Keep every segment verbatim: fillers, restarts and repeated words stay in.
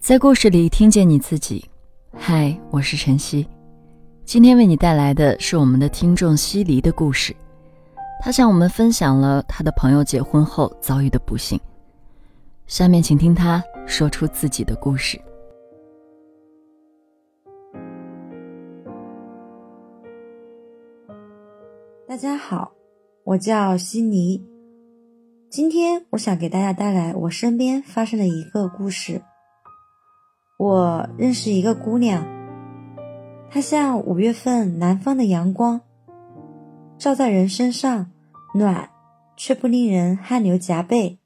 在故事里听见你自己。嗨，我是晨曦，今天为你带来的是我们的听众西离的故事。他向我们分享了他的朋友结婚后遭遇的不幸，下面请听他说出自己的故事。 大家好，我叫西尼。今天我想给大家带来我身边发生的一个故事。我认识一个姑娘，她像五月份南方的阳光，照在人身上，暖却不令人汗流浃背。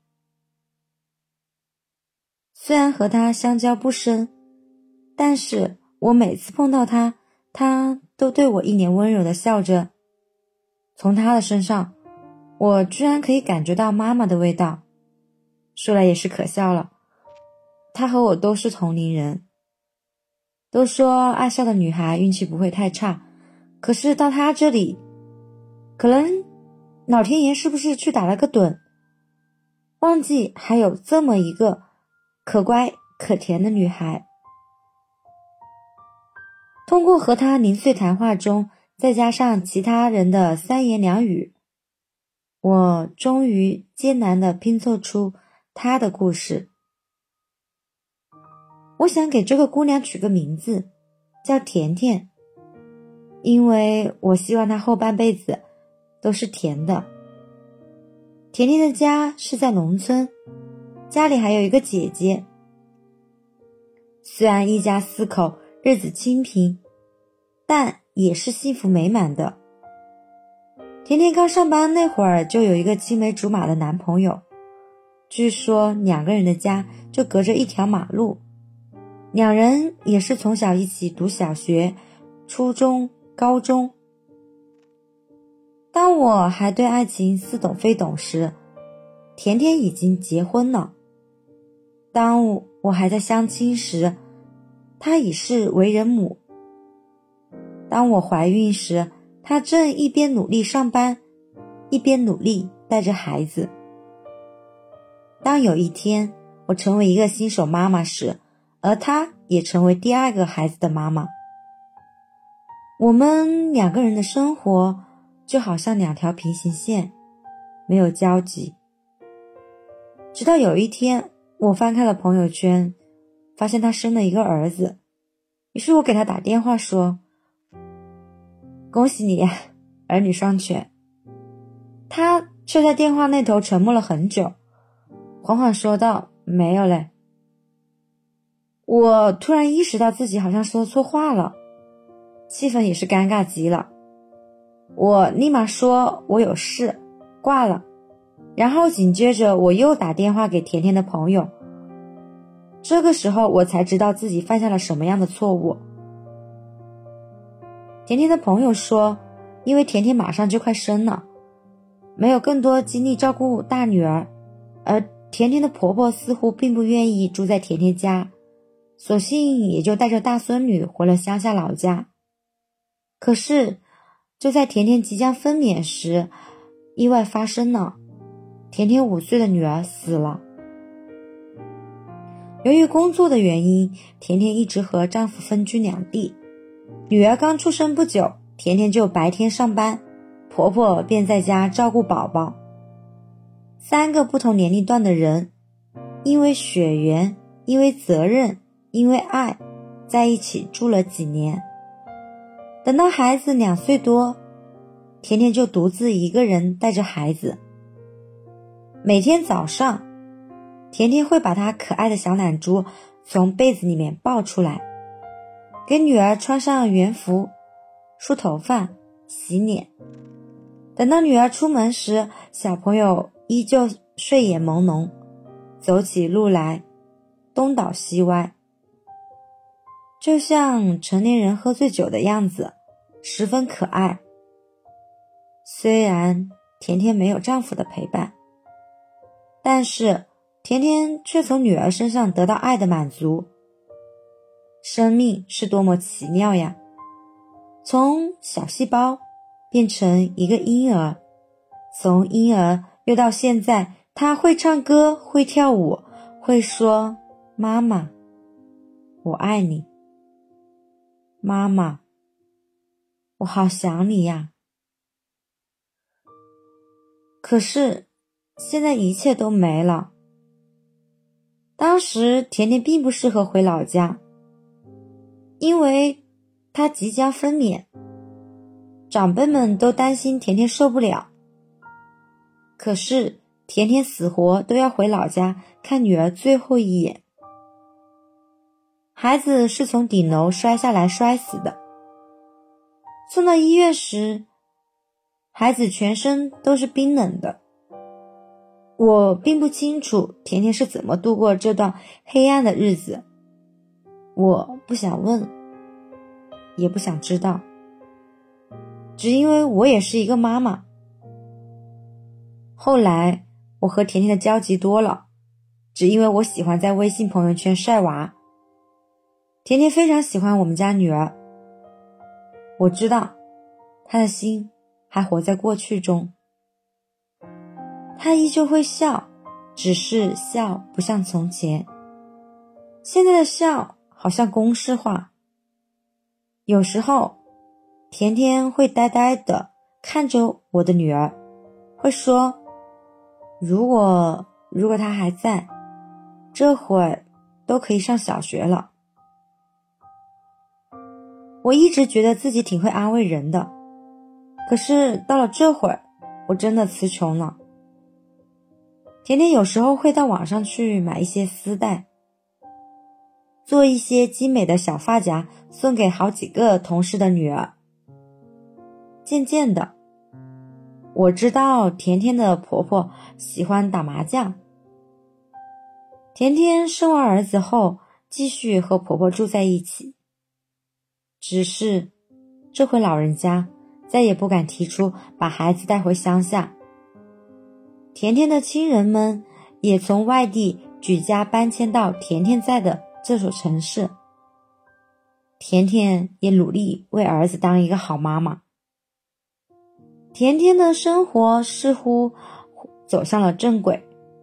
虽然和她相交不深，但是我每次碰到她，她都对我一脸温柔地笑着。从她的身上，我居然可以感觉到妈妈的味道。说来也是可笑了，她和我都是同龄人。都说爱笑的女孩运气不会太差，可是到她这里，可能老天爷是不是去打了个盹，忘记还有这么一个可乖可甜的女孩。通过和她零碎谈话中，再加上其他人的三言两语，我终于艰难地拼凑出她的故事。我想给这个姑娘取个名字，叫甜甜，因为我希望她后半辈子都是甜的。甜甜的家是在农村，家里还有一个姐姐。虽然一家四口日子清贫，但也是幸福美满的。甜甜刚上班那会儿就有一个青梅竹马的男朋友，据说两个人的家就隔着一条马路。两人也是从小一起读小学、初中、高中。当我还对爱情似懂非懂时，甜甜已经结婚了。当我还在相亲时，她已是为人母。当我怀孕时，她正一边努力上班，一边努力带着孩子。当有一天我成为一个新手妈妈时，而她也成为第二个孩子的妈妈。我们两个人的生活就好像两条平行线，没有交集。直到有一天，我翻开了朋友圈，发现她生了一个儿子。于是我给她打电话说，恭喜你，儿女双全。她却在电话那头沉默了很久，缓缓说道，没有嘞。我突然意识到自己好像说错话了，气氛也是尴尬极了。我立马说我有事，挂了。然后紧接着我又打电话给甜甜的朋友。这个时候我才知道自己犯下了什么样的错误。甜甜的朋友说，因为甜甜马上就快生了，没有更多精力照顾大女儿，而甜甜的婆婆似乎并不愿意住在甜甜家，索性也就带着大孙女回了乡下老家。可是就在甜甜即将分娩时，意外发生了，甜甜五岁的女儿死了。由于工作的原因，甜甜一直和丈夫分居两地。女儿刚出生不久，甜甜就白天上班，婆婆便在家照顾宝宝。三个不同年龄段的人，因为血缘，因为责任，因为爱，在一起住了几年。等到孩子两岁多，甜甜就独自一个人带着孩子。每天早上，甜甜会把她可爱的小懒猪从被子里面抱出来，给女儿穿上园服，梳头发，洗脸。等到女儿出门时，小朋友依旧睡眼朦胧，走起路来东倒西歪，就像成年人喝醉酒的样子，十分可爱。虽然甜甜没有丈夫的陪伴，但是甜甜却从女儿身上得到爱的满足。生命是多么奇妙呀！从小细胞变成一个婴儿，从婴儿又到现在，她会唱歌，会跳舞，会说妈妈。 我爱你。妈妈，我好想你呀。可是现在一切都没了。当时甜甜并不适合回老家，因为她即将分娩，长辈们都担心甜甜受不了。可是甜甜死活都要回老家看女儿最后一眼。孩子是从顶楼摔下来摔死的。送到医院时，孩子全身都是冰冷的。我并不清楚甜甜是怎么度过这段黑暗的日子，我不想问，也不想知道，只因为我也是一个妈妈。后来我和甜甜的交集多了，只因为我喜欢在微信朋友圈晒娃。甜甜非常喜欢我们家女儿，我知道她的心还活在过去中。她依旧会笑，只是笑不像从前。现在的笑好像公式化。有时候甜甜会呆呆地看着我的女儿，会说，如果如果她还在，这会儿都可以上小学了。我一直觉得自己挺会安慰人的，可是到了这会儿，我真的词穷了。甜甜有时候会到网上去买一些丝带，做一些精美的小发夹，送给好几个同事的女儿。渐渐的，我知道甜甜的婆婆喜欢打麻将。甜甜生完儿子后，继续和婆婆住在一起。只是这回老人家再也不敢提出把孩子带回乡下。甜甜的亲人们也从外地举家搬迁到甜甜在的这所城市。甜甜也努力为儿子当一个好妈妈。甜甜的生活似乎走上了正轨。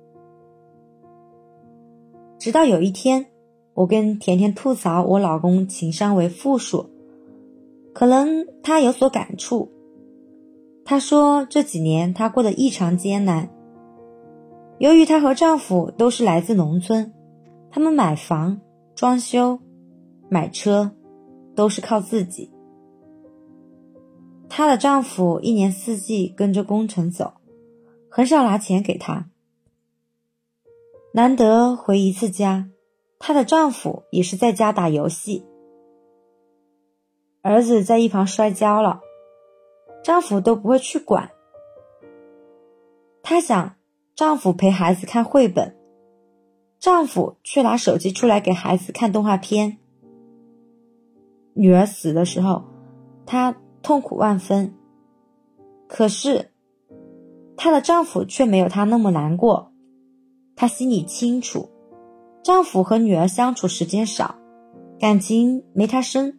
直到有一天，我跟甜甜吐槽我老公情商为负数，可能他有所感触。他说这几年他过得异常艰难。由于她和丈夫都是来自农村，他们买房、装修、买车都是靠自己。她的丈夫一年四季跟着工程走，很少拿钱给她。难得回一次家，她的丈夫也是在家打游戏。儿子在一旁摔跤了，丈夫都不会去管。她想丈夫陪孩子看绘本，丈夫却拿手机出来给孩子看动画片。女儿死的时候，她痛苦万分，可是她的丈夫却没有她那么难过。她心里清楚，丈夫和女儿相处时间少，感情没她深。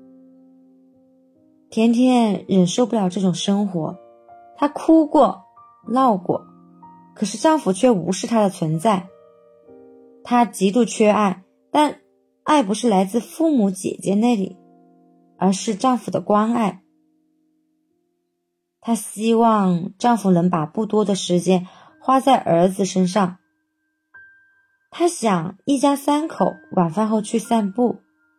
甜甜忍受不了这种生活，她哭过，闹过，可是丈夫却无视她的存在。她极度缺爱，但爱不是来自父母姐姐那里，而是丈夫的关爱。她希望丈夫能把不多的时间花在儿子身上。她想一家三口晚饭后去散步。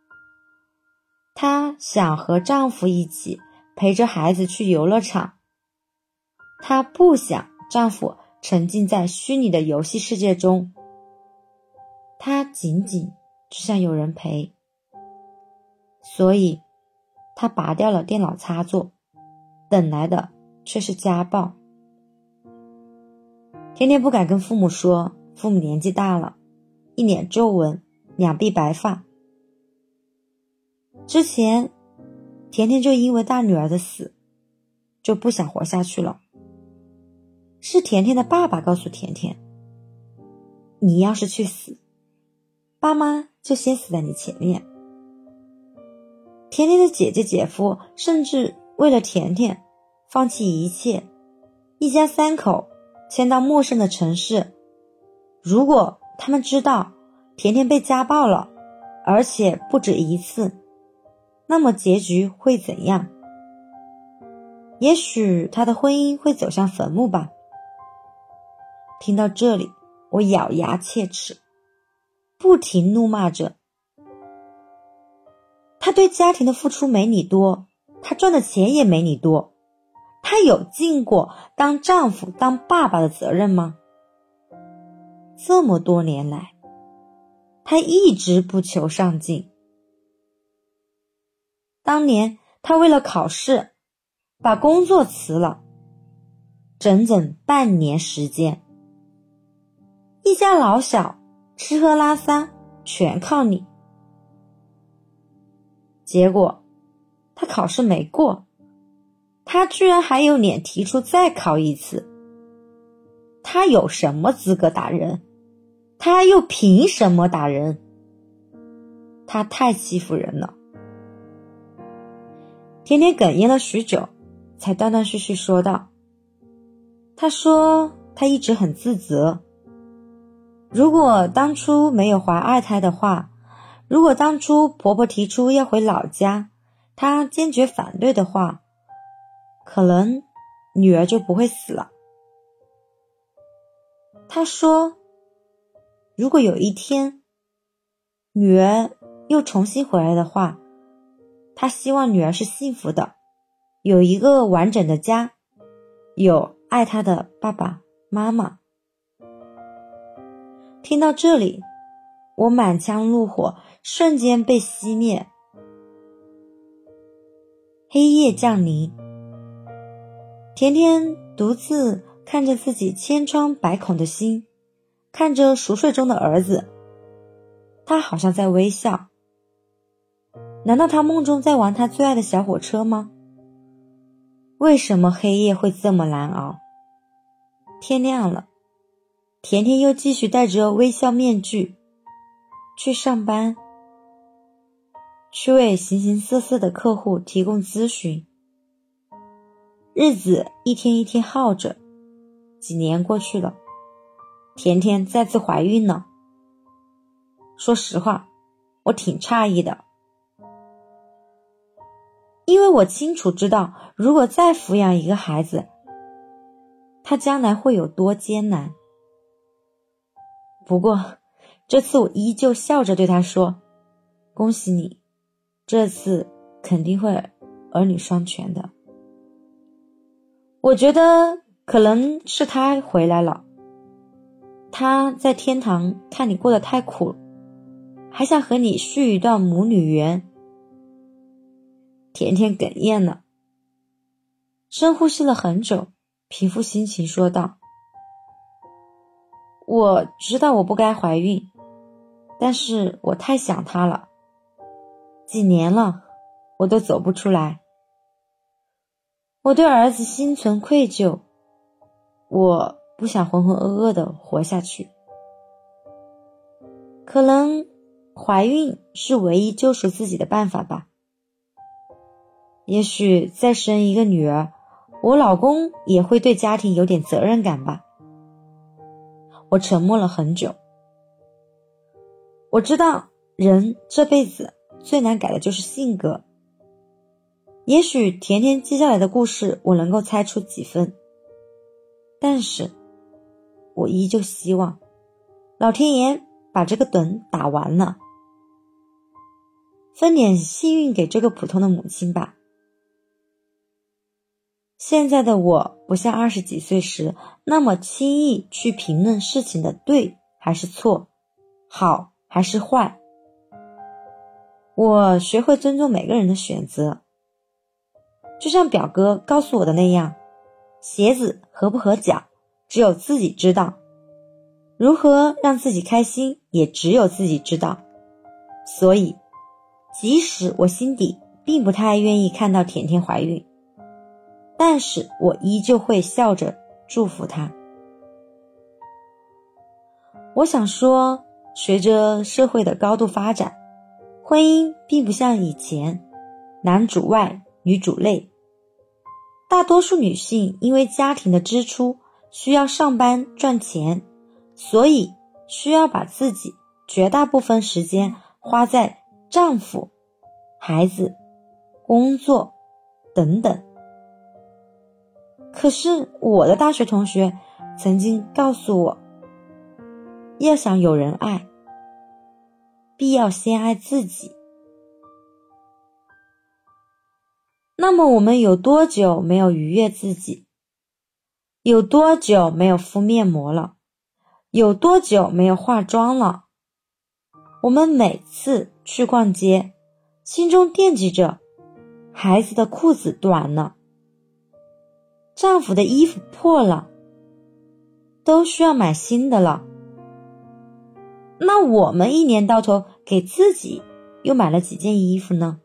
她想和丈夫一起陪着孩子去游乐场。她不想丈夫沉浸在虚拟的游戏世界中，她仅仅只想有人陪。所以她拔掉了电脑插座，等来的却是家暴。甜甜不敢跟父母说，父母年纪大了，一脸皱纹，两鬓白发。之前甜甜就因为大女儿的死就不想活下去了。是甜甜的爸爸告诉甜甜，你要是去死，爸妈就先死在你前面。甜甜的姐姐姐夫甚至为了甜甜放弃一切，一家三口迁到陌生的城市。如果他们知道甜甜被家暴了， 而且不止一次，那么结局会怎样？也许他的婚姻会走向坟墓吧。听到这里，我咬牙切齿，不停怒骂着。他对家庭的付出没你多，他赚的钱也没你多，他有尽过当丈夫当爸爸的责任吗？这么多年来，他一直不求上进。当年他为了考试把工作辞了，整整半年时间，一家老小吃喝拉撒全靠你。结果他考试没过，他居然还有脸提出再考一次。他有什么资格打人？他又凭什么打人？他太欺负人了。甜甜哽咽了许久，才断断续续说道，他说他一直很自责，如果当初没有怀二胎的话，如果当初婆婆提出要回老家，她坚决反对的话，可能女儿就不会死了。她说，如果有一天女儿又重新回来的话，她希望女儿是幸福的，有一个完整的家，有爱她的爸爸妈妈。听到这里，我满腔怒火瞬间被熄灭。黑夜降临，甜甜独自看着自己千疮百孔的心，看着熟睡中的儿子，他好像在微笑。难道他梦中在玩他最爱的小火车吗？为什么黑夜会这么难熬？天亮了，甜甜又继续戴着微笑面具去上班，去为形形色色的客户提供咨询。日子一天一天耗着，几年过去了，甜甜再次怀孕了。说实话，我挺诧异的，因为我清楚知道，如果再抚养一个孩子，他将来会有多艰难。不过这次我依旧笑着对他说，恭喜你，这次肯定会儿女双全的。我觉得可能是他回来了，他在天堂看你过得太苦，还想和你续一段母女缘。甜甜哽咽了，深呼吸了很久，平复心情说道，我知道我不该怀孕，但是我太想他了，几年了，我都走不出来。我对儿子心存愧疚，我不想浑浑噩噩地活下去。可能怀孕是唯一救赎自己的办法吧。也许再生一个女儿，我老公也会对家庭有点责任感吧。我沉默了很久。我知道人这辈子最难改的就是性格。也许甜甜接下来的故事我能够猜出几分，但是我依旧希望老天爷把这个盹打完了，分点幸运给这个普通的母亲吧。现在的我不像二十几岁时那么轻易去评论事情的对还是错，好还是坏。我学会尊重每个人的选择，就像表哥告诉我的那样，鞋子合不合脚只有自己知道，如何让自己开心也只有自己知道。所以即使我心底并不太愿意看到甜甜怀孕，但是我依旧会笑着祝福她。我想说，随着社会的高度发展，婚姻并不像以前男主外女主内，大多数女性因为家庭的支出需要上班赚钱，所以需要把自己绝大部分时间花在丈夫、孩子、工作等等。可是我的大学同学曾经告诉我，要想有人爱，必要先爱自己。那么我们有多久没有愉悦自己？有多久没有敷面膜了？有多久没有化妆了？我们每次去逛街，心中惦记着孩子的裤子短了，丈夫的衣服破了，都需要买新的了。那我们一年到头给自己又买了几件衣服呢？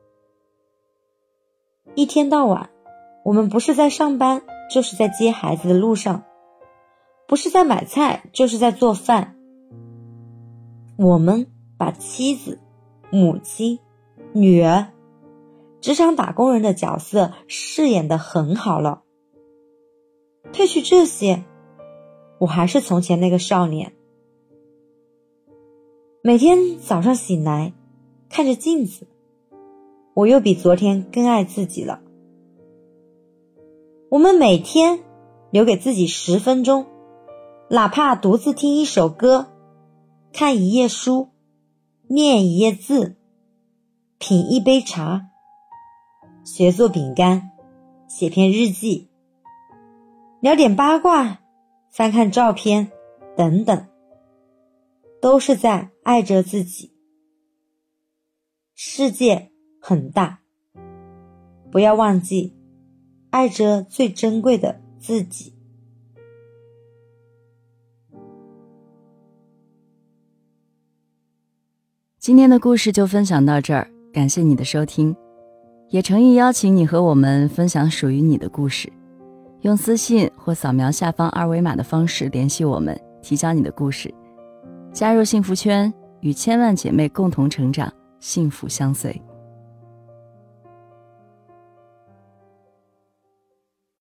一天到晚，我们不是在上班，就是在接孩子的路上，不是在买菜，就是在做饭。我们把妻子、母亲、女儿、职场打工人的角色饰演得很好了。褪去这些，我还是从前那个少年。每天早上醒来，看着镜子，我又比昨天更爱自己了。我们每天留给自己十分钟，哪怕独自听一首歌，看一页书，念一页字，品一杯茶，学做饼干，写篇日记，聊点八卦，翻看照片等等，都是在爱着自己。世界很大，不要忘记爱着最珍贵的自己。 今天的故事就分享到这儿，感谢你的收听，也诚意邀请你和我们分享属于你的故事，用私信或扫描下方二维码的方式联系我们，提交你的故事，加入幸福圈，与千万姐妹共同成长，幸福相随。